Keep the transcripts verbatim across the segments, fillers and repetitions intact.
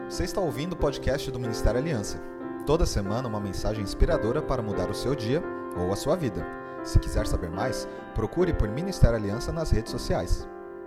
Você está ouvindo o podcast do Ministério Aliança. Toda semana uma mensagem inspiradora para mudar o seu dia ou a sua vida. Se quiser saber mais, procure por Ministério Aliança nas redes sociais.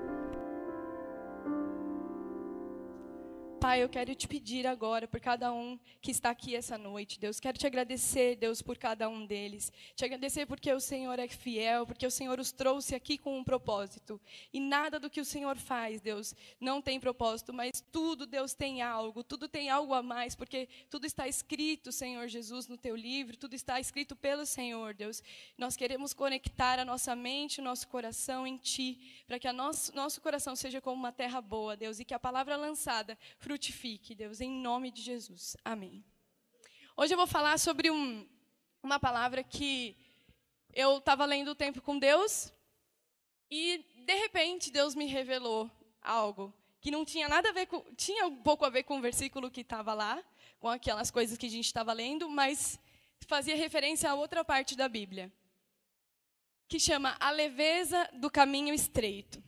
Pai, eu quero te pedir agora por cada um que está aqui essa noite, Deus. Quero te agradecer, Deus, por cada um deles. Te agradecer porque o Senhor é fiel, porque o Senhor os trouxe aqui com um propósito. E nada do que o Senhor faz, Deus, não tem propósito, mas tudo, Deus, tem algo. Tudo tem algo a mais, porque tudo está escrito, Senhor Jesus, no teu livro. Tudo está escrito pelo Senhor, Deus. Nós queremos conectar a nossa mente, o nosso coração em Ti, para que o nosso, nosso coração seja como uma terra boa, Deus, e que a palavra lançada frutifique, Deus, em nome de Jesus. Amém. Hoje eu vou falar sobre um, uma palavra que eu estava lendo o tempo com Deus e, de repente, Deus me revelou algo que não tinha nada a ver com... Tinha um pouco a ver com o versículo que estava lá, com aquelas coisas que a gente estava lendo, mas fazia referência a outra parte da Bíblia, que chama A Leveza do Caminho Estreito.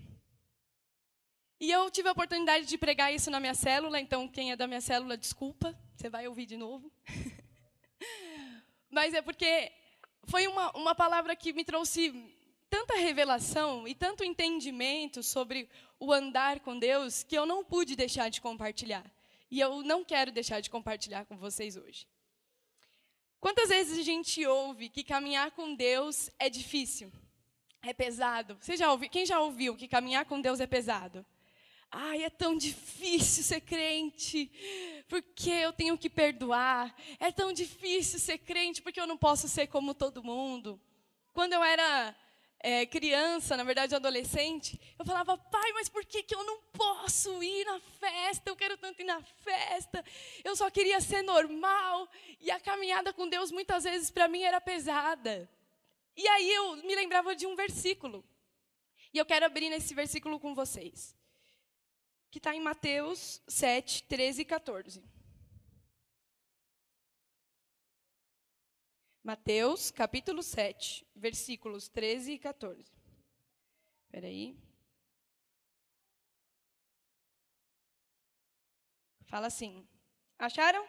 E eu tive a oportunidade de pregar isso na minha célula, então quem é da minha célula, desculpa, você vai ouvir de novo. Mas é porque foi uma, uma palavra que me trouxe tanta revelação e tanto entendimento sobre o andar com Deus, que eu não pude deixar de compartilhar. E eu não quero deixar de compartilhar com vocês hoje. Quantas vezes a gente ouve que caminhar com Deus é difícil, é pesado? Você já ouviu? Quem já ouviu que caminhar com Deus é pesado? Ai, é tão difícil ser crente, porque eu tenho que perdoar. É tão difícil ser crente, porque eu não posso ser como todo mundo. Quando eu era é, criança, na verdade adolescente, eu falava, pai, mas por que, que eu não posso ir na festa? Eu quero tanto ir na festa. Eu só queria ser normal. E a caminhada com Deus, muitas vezes, para mim, era pesada. E aí eu me lembrava de um versículo. E eu quero abrir nesse versículo com vocês, que está em Mateus sete, treze e quatorze. Mateus, capítulo sete, versículos treze e quatorze. Espera aí. Fala assim. Acharam?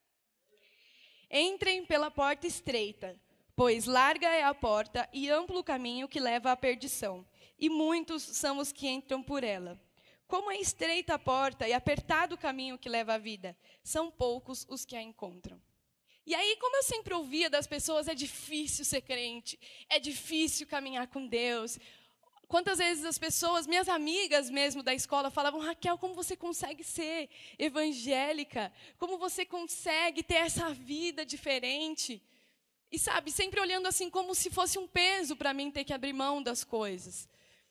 Entrem pela porta estreita, pois larga é a porta e amplo o caminho que leva à perdição, e muitos são os que entram por ela. Como é estreita a porta e apertado o caminho que leva à vida, são poucos os que a encontram. E aí, como eu sempre ouvia das pessoas, é difícil ser crente, é difícil caminhar com Deus. Quantas vezes as pessoas, minhas amigas mesmo da escola, falavam, Raquel, como você consegue ser evangélica? Como você consegue ter essa vida diferente? E sabe, sempre olhando assim como se fosse um peso para mim ter que abrir mão das coisas.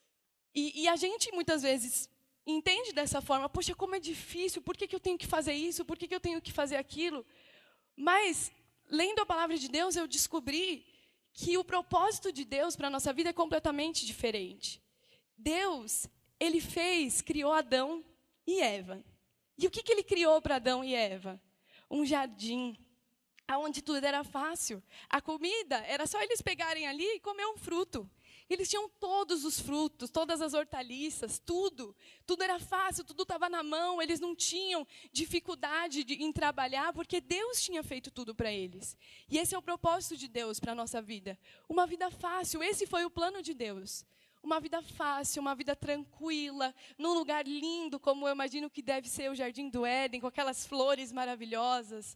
E, e a gente muitas vezes entende dessa forma, poxa, como é difícil, por que, que eu tenho que fazer isso, por que, que eu tenho que fazer aquilo? Mas, lendo a palavra de Deus, eu descobri que o propósito de Deus para a nossa vida é completamente diferente. Deus, Ele fez, criou Adão e Eva. E o que, que Ele criou para Adão e Eva? Um jardim, onde tudo era fácil. A comida, era só eles pegarem ali e comer um fruto. Eles tinham todos os frutos, todas as hortaliças, tudo. Tudo era fácil, tudo estava na mão. Eles não tinham dificuldade de, em trabalhar, porque Deus tinha feito tudo para eles. E esse é o propósito de Deus para a nossa vida. Uma vida fácil, esse foi o plano de Deus. Uma vida fácil, uma vida tranquila, num lugar lindo, como eu imagino que deve ser o Jardim do Éden, com aquelas flores maravilhosas.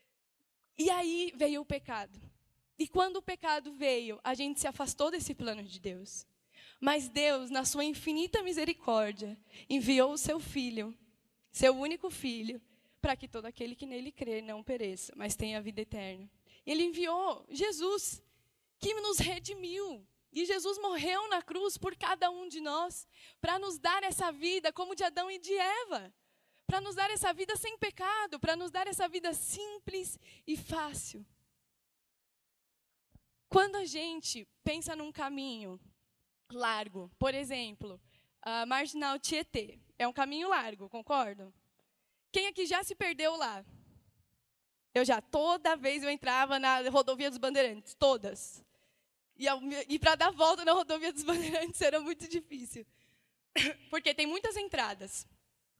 E aí veio o pecado. E quando o pecado veio, a gente se afastou desse plano de Deus. Mas Deus, na sua infinita misericórdia, enviou o seu Filho, seu único Filho, para que todo aquele que nele crê não pereça, mas tenha a vida eterna. Ele enviou Jesus, que nos redimiu. E Jesus morreu na cruz por cada um de nós, para nos dar essa vida como de Adão e de Eva. Para nos dar essa vida sem pecado, para nos dar essa vida simples e fácil. Quando a gente pensa num caminho largo, por exemplo, a Marginal Tietê, é um caminho largo, concordam? Quem aqui já se perdeu lá? Eu já, toda vez eu entrava na rodovia dos Bandeirantes, todas. E, e para dar volta na rodovia dos Bandeirantes era muito difícil. Porque tem muitas entradas.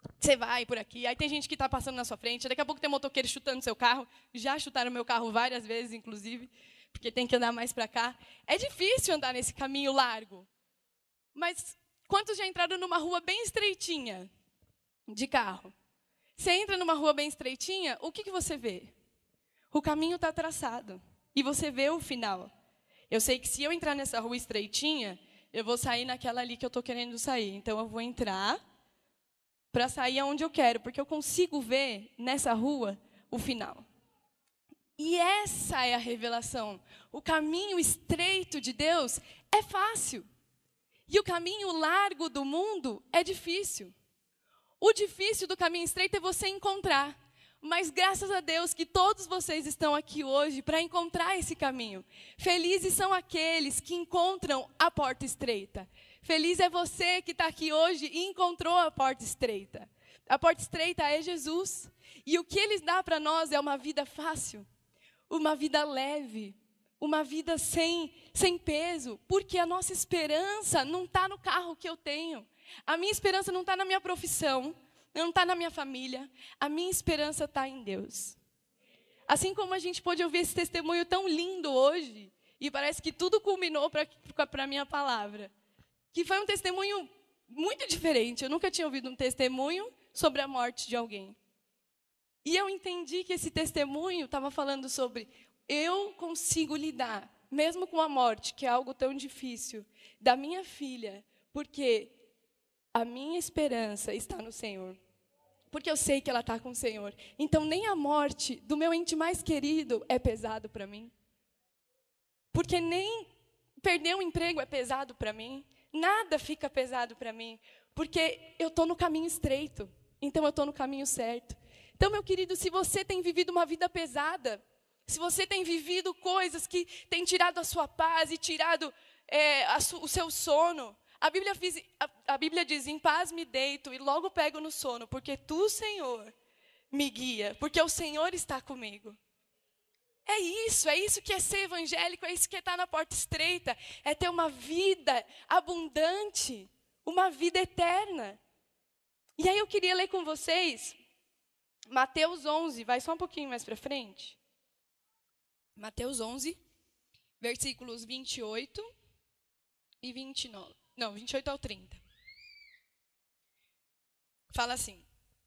Você vai por aqui, aí tem gente que está passando na sua frente, daqui a pouco tem um motoqueiro chutando seu carro. Já chutaram meu carro várias vezes, inclusive, porque tem que andar mais para cá. É difícil andar nesse caminho largo. Mas quantos já entraram numa rua bem estreitinha de carro? Você entra numa rua bem estreitinha, o que, que você vê? O caminho está traçado e você vê o final. Eu sei que se eu entrar nessa rua estreitinha, eu vou sair naquela ali que eu estou querendo sair. Então, eu vou entrar para sair aonde eu quero, porque eu consigo ver nessa rua o final. E essa é a revelação. O caminho estreito de Deus é fácil. E o caminho largo do mundo é difícil. O difícil do caminho estreito é você encontrar. Mas graças a Deus que todos vocês estão aqui hoje para encontrar esse caminho. Felizes são aqueles que encontram a porta estreita. Feliz é você que está aqui hoje e encontrou a porta estreita. A porta estreita é Jesus. E o que Ele dá para nós é uma vida fácil, uma vida leve, uma vida sem, sem peso. Porque a nossa esperança não está no carro que eu tenho. A minha esperança não está na minha profissão, não está na minha família. A minha esperança está em Deus. Assim como a gente pôde ouvir esse testemunho tão lindo hoje, e parece que tudo culminou para a minha palavra, que foi um testemunho muito diferente. Eu nunca tinha ouvido um testemunho sobre a morte de alguém. E eu entendi que esse testemunho estava falando sobre eu consigo lidar, mesmo com a morte, que é algo tão difícil, da minha filha, porque a minha esperança está no Senhor. Porque eu sei que ela está com o Senhor. Então, nem a morte do meu ente mais querido é pesado para mim. Porque nem perder um emprego é pesado para mim. Nada fica pesado para mim. Porque eu estou no caminho estreito. Então, eu estou no caminho certo. Então, meu querido, se você tem vivido uma vida pesada, se você tem vivido coisas que têm tirado a sua paz e tirado é, a su, o seu sono, A Bíblia, a, a Bíblia diz, em paz me deito e logo pego no sono, porque tu, Senhor, me guia, porque o Senhor está comigo. É isso, é isso que é ser evangélico, é isso que é estar na porta estreita, é ter uma vida abundante, uma vida eterna. E aí eu queria ler com vocês, Mateus onze, vai só um pouquinho mais para frente. Mateus onze, versículos vinte e oito e vinte e nove. Não, vinte e oito ao trinta. Fala assim: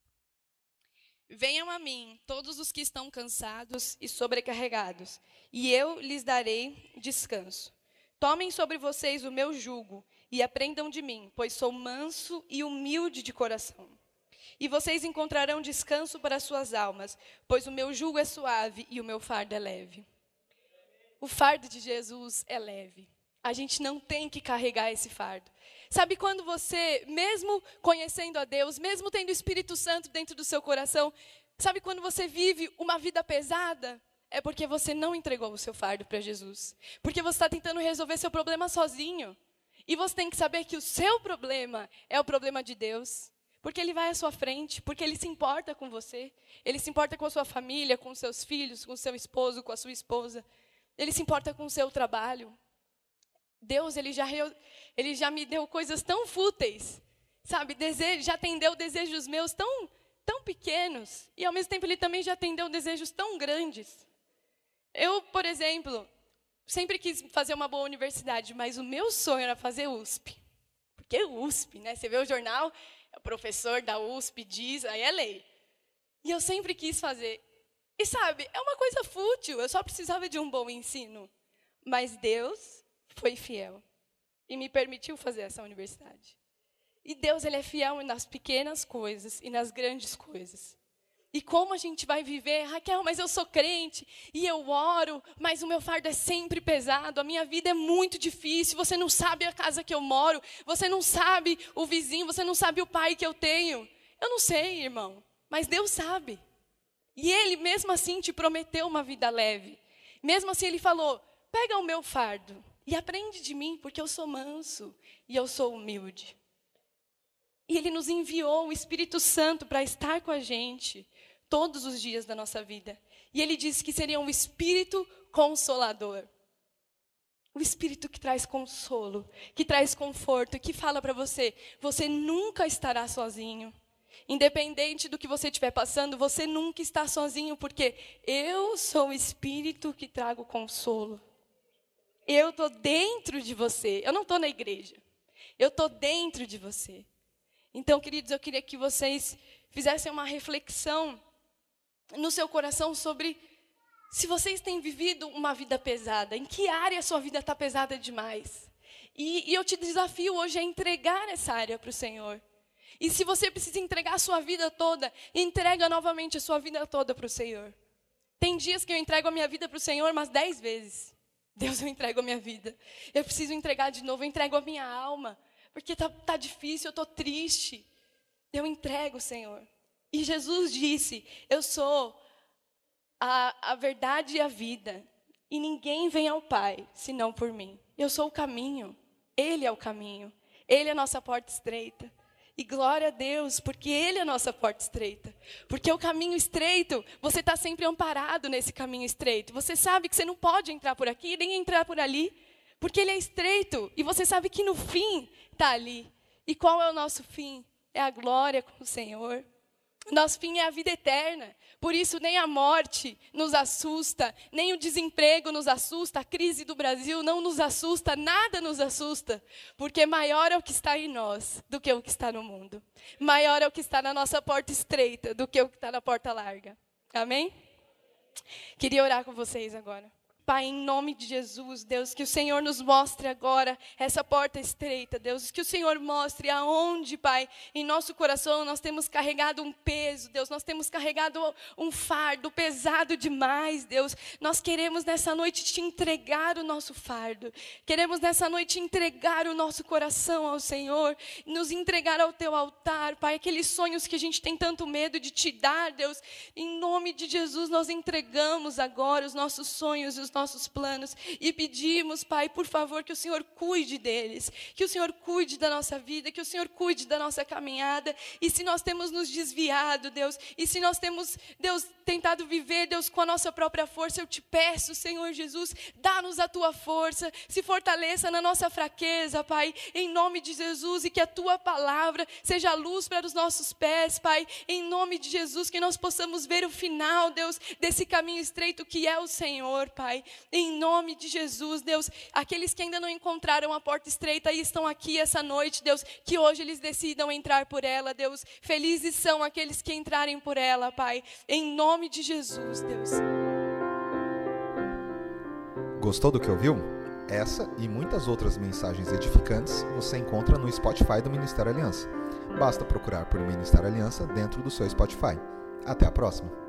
venham a mim todos os que estão cansados e sobrecarregados, e eu lhes darei descanso. Tomem sobre vocês o meu jugo e aprendam de mim, pois sou manso e humilde de coração. E vocês encontrarão descanso para suas almas, pois o meu jugo é suave e o meu fardo é leve. O fardo de Jesus é leve. A gente não tem que carregar esse fardo. Sabe quando você, mesmo conhecendo a Deus, mesmo tendo o Espírito Santo dentro do seu coração, sabe quando você vive uma vida pesada? É porque você não entregou o seu fardo para Jesus. Porque você está tentando resolver seu problema sozinho. E você tem que saber que o seu problema é o problema de Deus. Porque Ele vai à sua frente, porque Ele se importa com você. Ele se importa com a sua família, com os seus filhos, com o seu esposo, com a sua esposa. Ele se importa com o seu trabalho. Deus, ele já, ele já me deu coisas tão fúteis, sabe? Desejo, já atendeu desejos meus tão, tão pequenos. E, ao mesmo tempo, Ele também já atendeu desejos tão grandes. Eu, por exemplo, sempre quis fazer uma boa universidade, mas o meu sonho era fazer U S P. Porque U S P, né? Você vê o jornal, o professor da U S P diz, aí é lei. E eu sempre quis fazer. E, sabe, é uma coisa fútil, eu só precisava de um bom ensino. Mas Deus foi fiel e me permitiu fazer essa universidade. E Deus, Ele é fiel nas pequenas coisas e nas grandes coisas. E como a gente vai viver? Raquel, mas eu sou crente e eu oro, mas o meu fardo é sempre pesado, a minha vida é muito difícil, você não sabe a casa que eu moro, você não sabe o vizinho, você não sabe o pai que eu tenho. Eu não sei, irmão, mas Deus sabe. E Ele, mesmo assim, te prometeu uma vida leve. Mesmo assim, Ele falou, pega o meu fardo e aprende de mim, porque eu sou manso e eu sou humilde. E Ele nos enviou o Espírito Santo para estar com a gente todos os dias da nossa vida. E Ele disse que seria um Espírito consolador. O Espírito que traz consolo, que traz conforto, que fala para você, você nunca estará sozinho. Independente do que você estiver passando, você nunca está sozinho, porque eu sou o Espírito que trago consolo. Eu estou dentro de você, eu não estou na igreja, eu estou dentro de você. Então, queridos, eu queria que vocês fizessem uma reflexão no seu coração sobre se vocês têm vivido uma vida pesada, em que área a sua vida está pesada demais. E, e eu te desafio hoje a entregar essa área para o Senhor. E se você precisa entregar a sua vida toda, entrega novamente a sua vida toda para o Senhor. Tem dias que eu entrego a minha vida para o Senhor umas dez vezes. Deus, eu entrego a minha vida. Eu preciso entregar de novo, eu entrego a minha alma. Porque está tá difícil, eu estou triste. Eu entrego, Senhor. E Jesus disse, eu sou a, a verdade e a vida. E ninguém vem ao Pai, senão por mim. Eu sou o caminho. Ele é o caminho. Ele é a nossa porta estreita. E glória a Deus, porque Ele é a nossa porta estreita. Porque o caminho estreito, você está sempre amparado nesse caminho estreito. Você sabe que você não pode entrar por aqui, nem entrar por ali. Porque ele é estreito. E você sabe que no fim está ali. E qual é o nosso fim? É a glória com o Senhor. O nosso fim é a vida eterna. Por isso nem a morte nos assusta, nem o desemprego nos assusta, a crise do Brasil não nos assusta, nada nos assusta. Porque maior é o que está em nós do que o que está no mundo. Maior é o que está na nossa porta estreita do que o que está na porta larga. Amém? Queria orar com vocês agora. Pai, em nome de Jesus, Deus, que o Senhor nos mostre agora essa porta estreita, Deus, que o Senhor mostre aonde, Pai, em nosso coração nós temos carregado um peso, Deus, nós temos carregado um fardo pesado demais, Deus. Nós queremos nessa noite te entregar o nosso fardo, queremos nessa noite entregar o nosso coração ao Senhor, nos entregar ao teu altar, Pai, aqueles sonhos que a gente tem tanto medo de te dar, Deus, em nome de Jesus nós entregamos agora os nossos sonhos e os nossos planos e pedimos, Pai, por favor, que o Senhor cuide deles, que o Senhor cuide da nossa vida, que o Senhor cuide da nossa caminhada. E se nós temos nos desviado, Deus, e se nós temos, Deus, tentado viver, Deus, com a nossa própria força, eu te peço, Senhor Jesus, dá-nos a tua força, se fortaleça na nossa fraqueza, Pai, em nome de Jesus, e que a tua palavra seja a luz para os nossos pés, Pai, em nome de Jesus, que nós possamos ver o final, Deus, desse caminho estreito que é o Senhor, Pai. Em nome de Jesus, Deus, aqueles que ainda não encontraram a porta estreita e estão aqui essa noite, Deus, que hoje eles decidam entrar por ela, Deus. Felizes são aqueles que entrarem por ela, Pai. Em nome de Jesus, Deus. Gostou do que ouviu? Essa e muitas outras mensagens edificantes você encontra no Spotify do Ministério Aliança. Basta procurar por Ministério Aliança dentro do seu Spotify. Até a próxima!